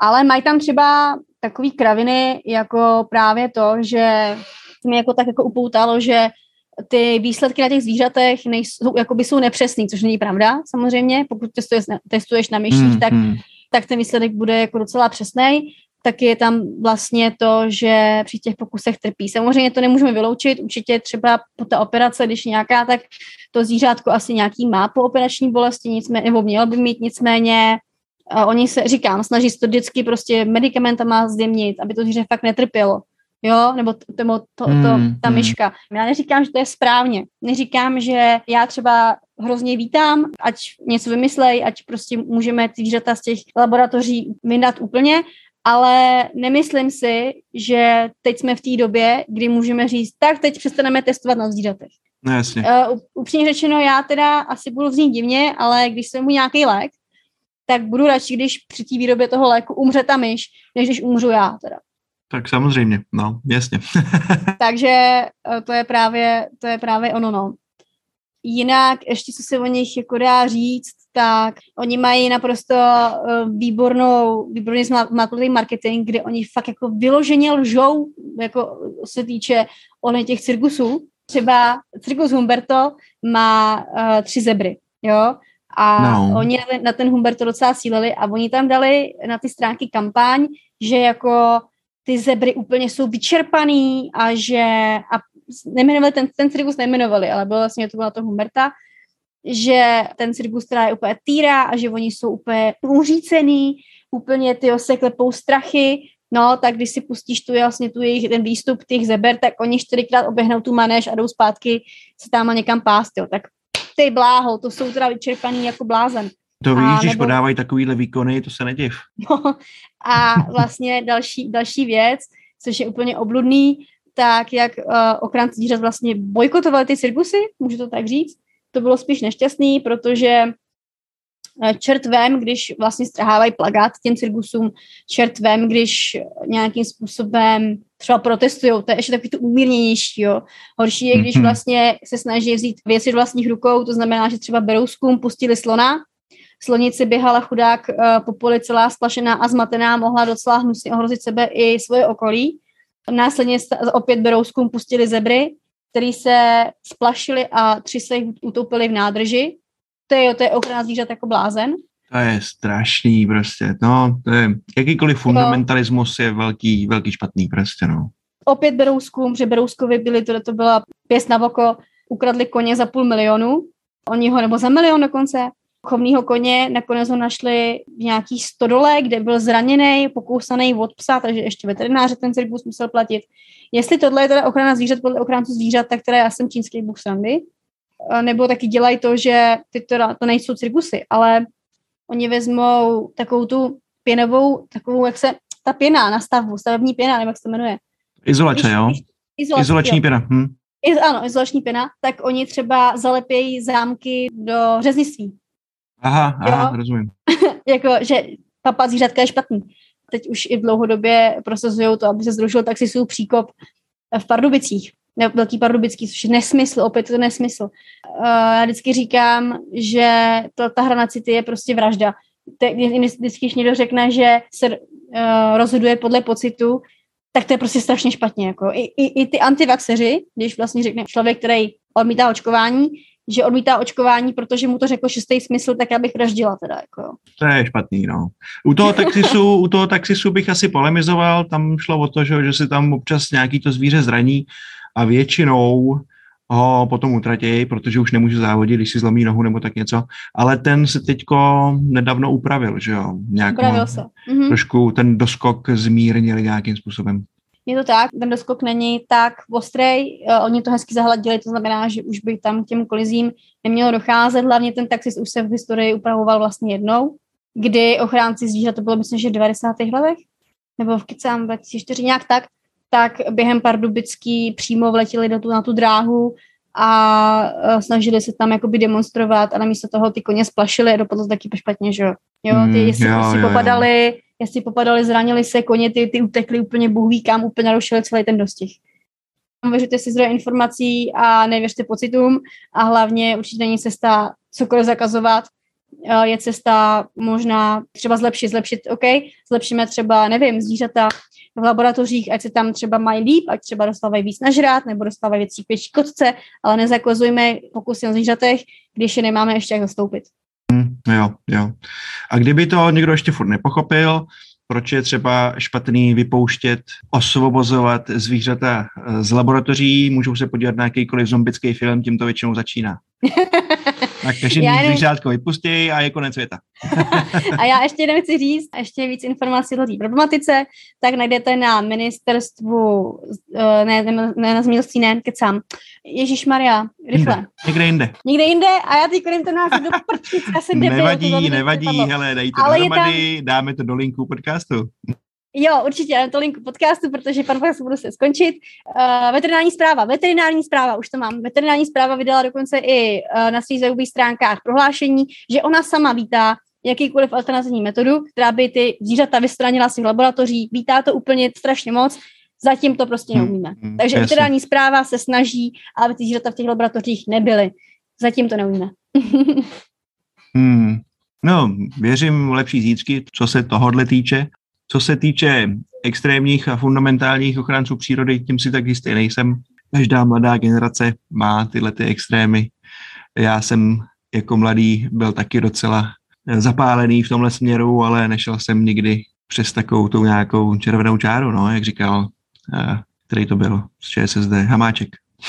Speaker 2: Ale mají tam třeba takový kraviny, jako právě to, že mě jako tak jako upoutalo, že ty výsledky na těch zvířatech nejsou, jakoby jsou nepřesný, což není pravda, samozřejmě. Pokud testuješ, testuješ na myších, mm, tak, mm. tak ten výsledek bude jako docela přesnej. Tak je tam vlastně to, že při těch pokusech trpí. Samozřejmě to nemůžeme vyloučit, určitě třeba po té operace, když nějaká, tak to zvířátko asi nějaký má po operační bolesti, nicméně, nebo mělo by mít, nicméně a oni se, říkám, snaží se to vždycky prostě medicamentama zjemnit, aby to zvíře fakt netrpělo. Jo, nebo to, to, to, to,
Speaker 1: mm,
Speaker 2: ta
Speaker 1: mm.
Speaker 2: myška. Já neříkám, že to je správně. Neříkám, že já třeba hrozně vítám, ať něco vymyslej, ať prostě můžeme ty zvířata z těch laboratoří vyndat úplně, ale nemyslím si, že teď jsme v té době, kdy můžeme říct, tak teď přestaneme testovat na zvířatech.
Speaker 1: No jasně.
Speaker 2: Uh, upřímně řečeno, já teda asi budu znít divně, ale když jsem mu nějaký lék, tak budu radši, když při té výrobě toho léku umře ta myš, než když umřu já teda.
Speaker 1: Tak samozřejmě, no, jasně.
Speaker 2: Takže to je právě, to je právě ono, no. Jinak, ještě co se o nich jako dá říct, tak oni mají naprosto výbornou, výborný zmáklý marketing, kde oni fakt jako vyloženě lžou, jako se týče ohledně těch cirkusů. Třeba cirkus Humberto má uh, tři zebry, jo, a no. oni na ten, na ten Humberto docela sílili a oni tam dali na ty stránky kampaň, že jako ty zebry úplně jsou vyčerpaný a že, a nejmenovali, ten, ten cirkus nejmenovali, ale bylo vlastně to bylo na toho Humberta, že ten cirkus teda je úplně týra a že oni jsou úplně uřícený, úplně ty se klepou strachy, no, tak když si pustíš tu vlastně tu jejich, ten výstup těch zeber, tak oni čtyřikrát oběhnou tu manéž a jdou zpátky se tam někam pást, jo, tak ty bláho, to jsou teda vyčerpaný jako blázen.
Speaker 1: To víš,
Speaker 2: a
Speaker 1: když
Speaker 2: nebo...
Speaker 1: podávají takovýhle výkony, to se nediv.
Speaker 2: No, a vlastně další, další věc, což je úplně obludný, tak jak uh, ochránci zvířat vlastně bojkotovali ty cirkusy, můžu to tak říct, to bylo spíš nešťastný, protože uh, čert vem, když vlastně strhávají plakát těm cirkusům, čert vem, když nějakým způsobem třeba protestujou, to je ještě takový to umírněnější, jo. Horší je, když vlastně se snaží vzít věci do vlastních rukou, to znamená, že třeba Berouskům pustili slona, slonici běhala chudák uh, po poli celá splašená a zmatená, mohla docela hnusně ohrozit sebe i svoje okolí. Následně opět Berouskům pustili zebry, který se splašili a tři se jich utopili v nádrži. To je, to je ochrana zvířat jako blázen.
Speaker 1: To je strašný prostě, no, to je, jakýkoliv fundamentalismus je velký, velký špatný prostě, no.
Speaker 2: Opět Berouskům, že Berouskovi byli, to, to byla pěst na oko, ukradli koně za půl milionu, oni ho, nebo za milion dokonce, chovnýho koně, nakonec ho našli v nějaký stodole, kde byl zraněný, pokousaný od psa, takže ještě veterináře ten cirkus musel platit. Jestli tohle je teda ochrana zvířat podle ochránců zvířat, tak teda já jsem čínský bůh srandy, nebo taky dělají to, že ty to, to nejsou cirkusy, ale oni vezmou takovou tu pěnovou, takovou, jak se, ta pěna na stavbu, stavební pěna, nebo jak se to jmenuje.
Speaker 1: Izolace, jo?
Speaker 2: Izolace,
Speaker 1: Izolační
Speaker 2: jo.
Speaker 1: pěna. Hm.
Speaker 2: Iz, ano, izolační pěna, tak oni třeba zalepějí zámky do řeznictví.
Speaker 1: Aha, aha, rozumím.
Speaker 2: Jako, že papat zvířatka je špatný. Teď už i v dlouhodobě prosazují to, aby se zrušil taxisův příkop v Pardubicích. Velký Pardubický, což je nesmysl, opět je to nesmysl. Uh, já vždycky říkám, že to, ta hra na city je prostě vražda. Te, vždycky, když někdo řekne, že se uh, rozhoduje podle pocitu, tak to je prostě strašně špatně. Jako. I, i, I ty antivaxeři, když vlastně řekne člověk, který odmítá očkování, že odmítá očkování, protože mu to řekl šestý smysl, tak já bych vraždila teda. Jako.
Speaker 1: To je špatný, no. U toho taxisu, u toho taxisu bych asi polemizoval, tam šlo o to, že, že si tam občas nějaký to zvíře zraní a většinou ho potom utratějí, protože už nemůže závodit, když si zlomí nohu nebo tak něco, ale ten se teďko nedávno upravil, že jo? Nějak
Speaker 2: upravil se. Mhm.
Speaker 1: Trošku ten doskok zmírnili nějakým způsobem.
Speaker 2: Je to tak, ten doskok není tak ostrej, oni to hezky zahladili, to znamená, že už by tam k těm kolizím nemělo docházet, hlavně ten taxis už se v historii upravoval vlastně jednou, kdy ochránci zvířat, to bylo myslím, že v devadesátých letech, nebo v kecám dva tisíce čtyři, nějak tak, tak během Pardubický přímo vletěli do tu, na tu dráhu a snažili se tam jakoby demonstrovat a namísto toho ty koně splašili a dopadlo to taky špatně, že jo. Jo, ty jestli
Speaker 1: mm, jo,
Speaker 2: prostě
Speaker 1: jo,
Speaker 2: popadali,
Speaker 1: jo.
Speaker 2: jestli popadali, zranili se, koně, ty, ty utekli úplně bůh ví kam, úplně narušili celý ten dostih. Věřte si zdroje informací a nevěřte pocitům a hlavně určitě není cesta cokoliv zakazovat, je cesta možná třeba zlepšit, zlepšit, OK, zlepšíme třeba, nevím, zvířata v laboratořích, ať se tam třeba mají líp, ať třeba dostávají víc nažrát, nebo dostávají věcí k větší kotce, ale nezakazujme pokusy na zvířatech, když je nemáme ještě jak zastoupit.
Speaker 1: Hmm, jo, jo. A kdyby to někdo ještě furt nepochopil, proč je třeba špatný vypouštět, osvobozovat zvířata z laboratoří, můžou se podívat na jakýkoliv zombický film, tím to většinou začíná. Tak každý zvířátko vypustí a je konec světa.
Speaker 2: A já ještě jeden chci říct, ještě víc informací o té problematice, tak najdete na ministerstvu, ne, ne, ne na zemědělství, ne, kecám. Ježišmarja, rychle.
Speaker 1: Jinde, někde jinde.
Speaker 2: Někde jinde a já teď koním ten název do prčic, já jsem debil.
Speaker 1: Nevadí, nevadí, hele, dej to dohromady, tam... dáme to do linku podcastu.
Speaker 2: Jo, určitě, dám to linku podcastu, protože pan podcast budu se skončit. Uh, veterinární zpráva, veterinární zpráva, už to mám. Veterinární zpráva vydala dokonce i uh, na svých webových stránkách prohlášení, že ona sama vítá jakýkoliv alternativní metodu, která by ty zvířata vystranila z těch laboratoří. Vítá to úplně strašně moc, zatím to prostě neumíme. Hmm, Takže jasně. Veterinární zpráva se snaží, aby ty zvířata v těch laboratořích nebyly. Zatím to neumíme.
Speaker 1: hmm. No, věřím v lepší zítřky, co se tohodle týče. Co se týče extrémních a fundamentálních ochránců přírody, tím si tak jistý nejsem. Každá mladá generace má tyhle ty extrémy. Já jsem jako mladý byl taky docela zapálený v tomhle směru, ale nešel jsem nikdy přes takovou tou nějakou červenou čáru, no, jak říkal, který to byl z ČSSD, Hamáček.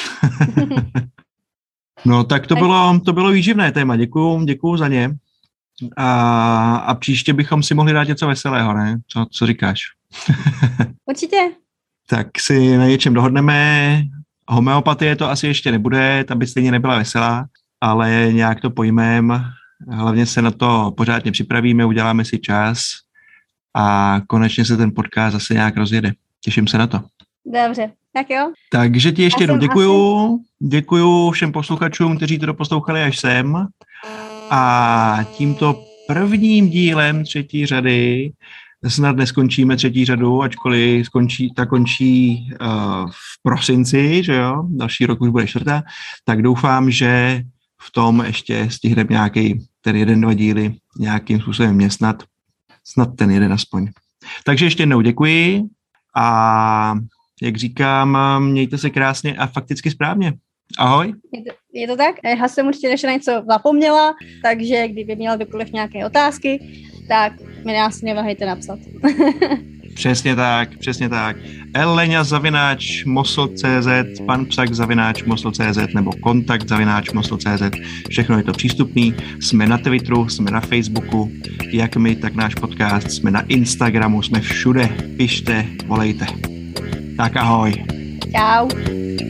Speaker 1: No tak to bylo, to bylo výživné téma, děkuju, děkuju za ně. A, a příště bychom si mohli dát něco veselého, ne? Co, co říkáš?
Speaker 2: Určitě.
Speaker 1: Tak si na něčem dohodneme. Homeopatie to asi ještě nebude, ta by stejně nebyla veselá, ale nějak to pojmeme. Hlavně se na to pořádně připravíme, uděláme si čas a konečně se ten podcast zase nějak rozjede. Těším se na to.
Speaker 2: Dobře, tak jo.
Speaker 1: Takže ti ještě jednou děkuju. Asi... Děkuju všem posluchačům, kteří to doposlouchali až sem. A tímto prvním dílem třetí řady snad neskončíme třetí řadu, ačkoliv skončí, ta končí uh, v prosinci, že jo, další rok už bude čtvrtá, tak doufám, že v tom ještě stihneme nějaký ten jeden, dva díly nějakým způsobem městnat, snad ten jeden aspoň. Takže ještě jednou děkuji a jak říkám, mějte se krásně a fakticky správně. Ahoj.
Speaker 2: Je to, je to tak? Já jsem určitě ještě na něco zapomněla, takže kdyby měla kdokoliv nějaké otázky, tak mi nás neváhejte napsat.
Speaker 1: Přesně tak, přesně tak. Elleňa zavináč mosl.cz, pan Psak zavináč mosl.cz nebo kontakt zavináč mosl.cz. Všechno je to přístupný. Jsme na Twitteru, jsme na Facebooku, jak my, tak náš podcast. Jsme na Instagramu, jsme všude. Pište, volejte. Tak ahoj.
Speaker 2: Čau.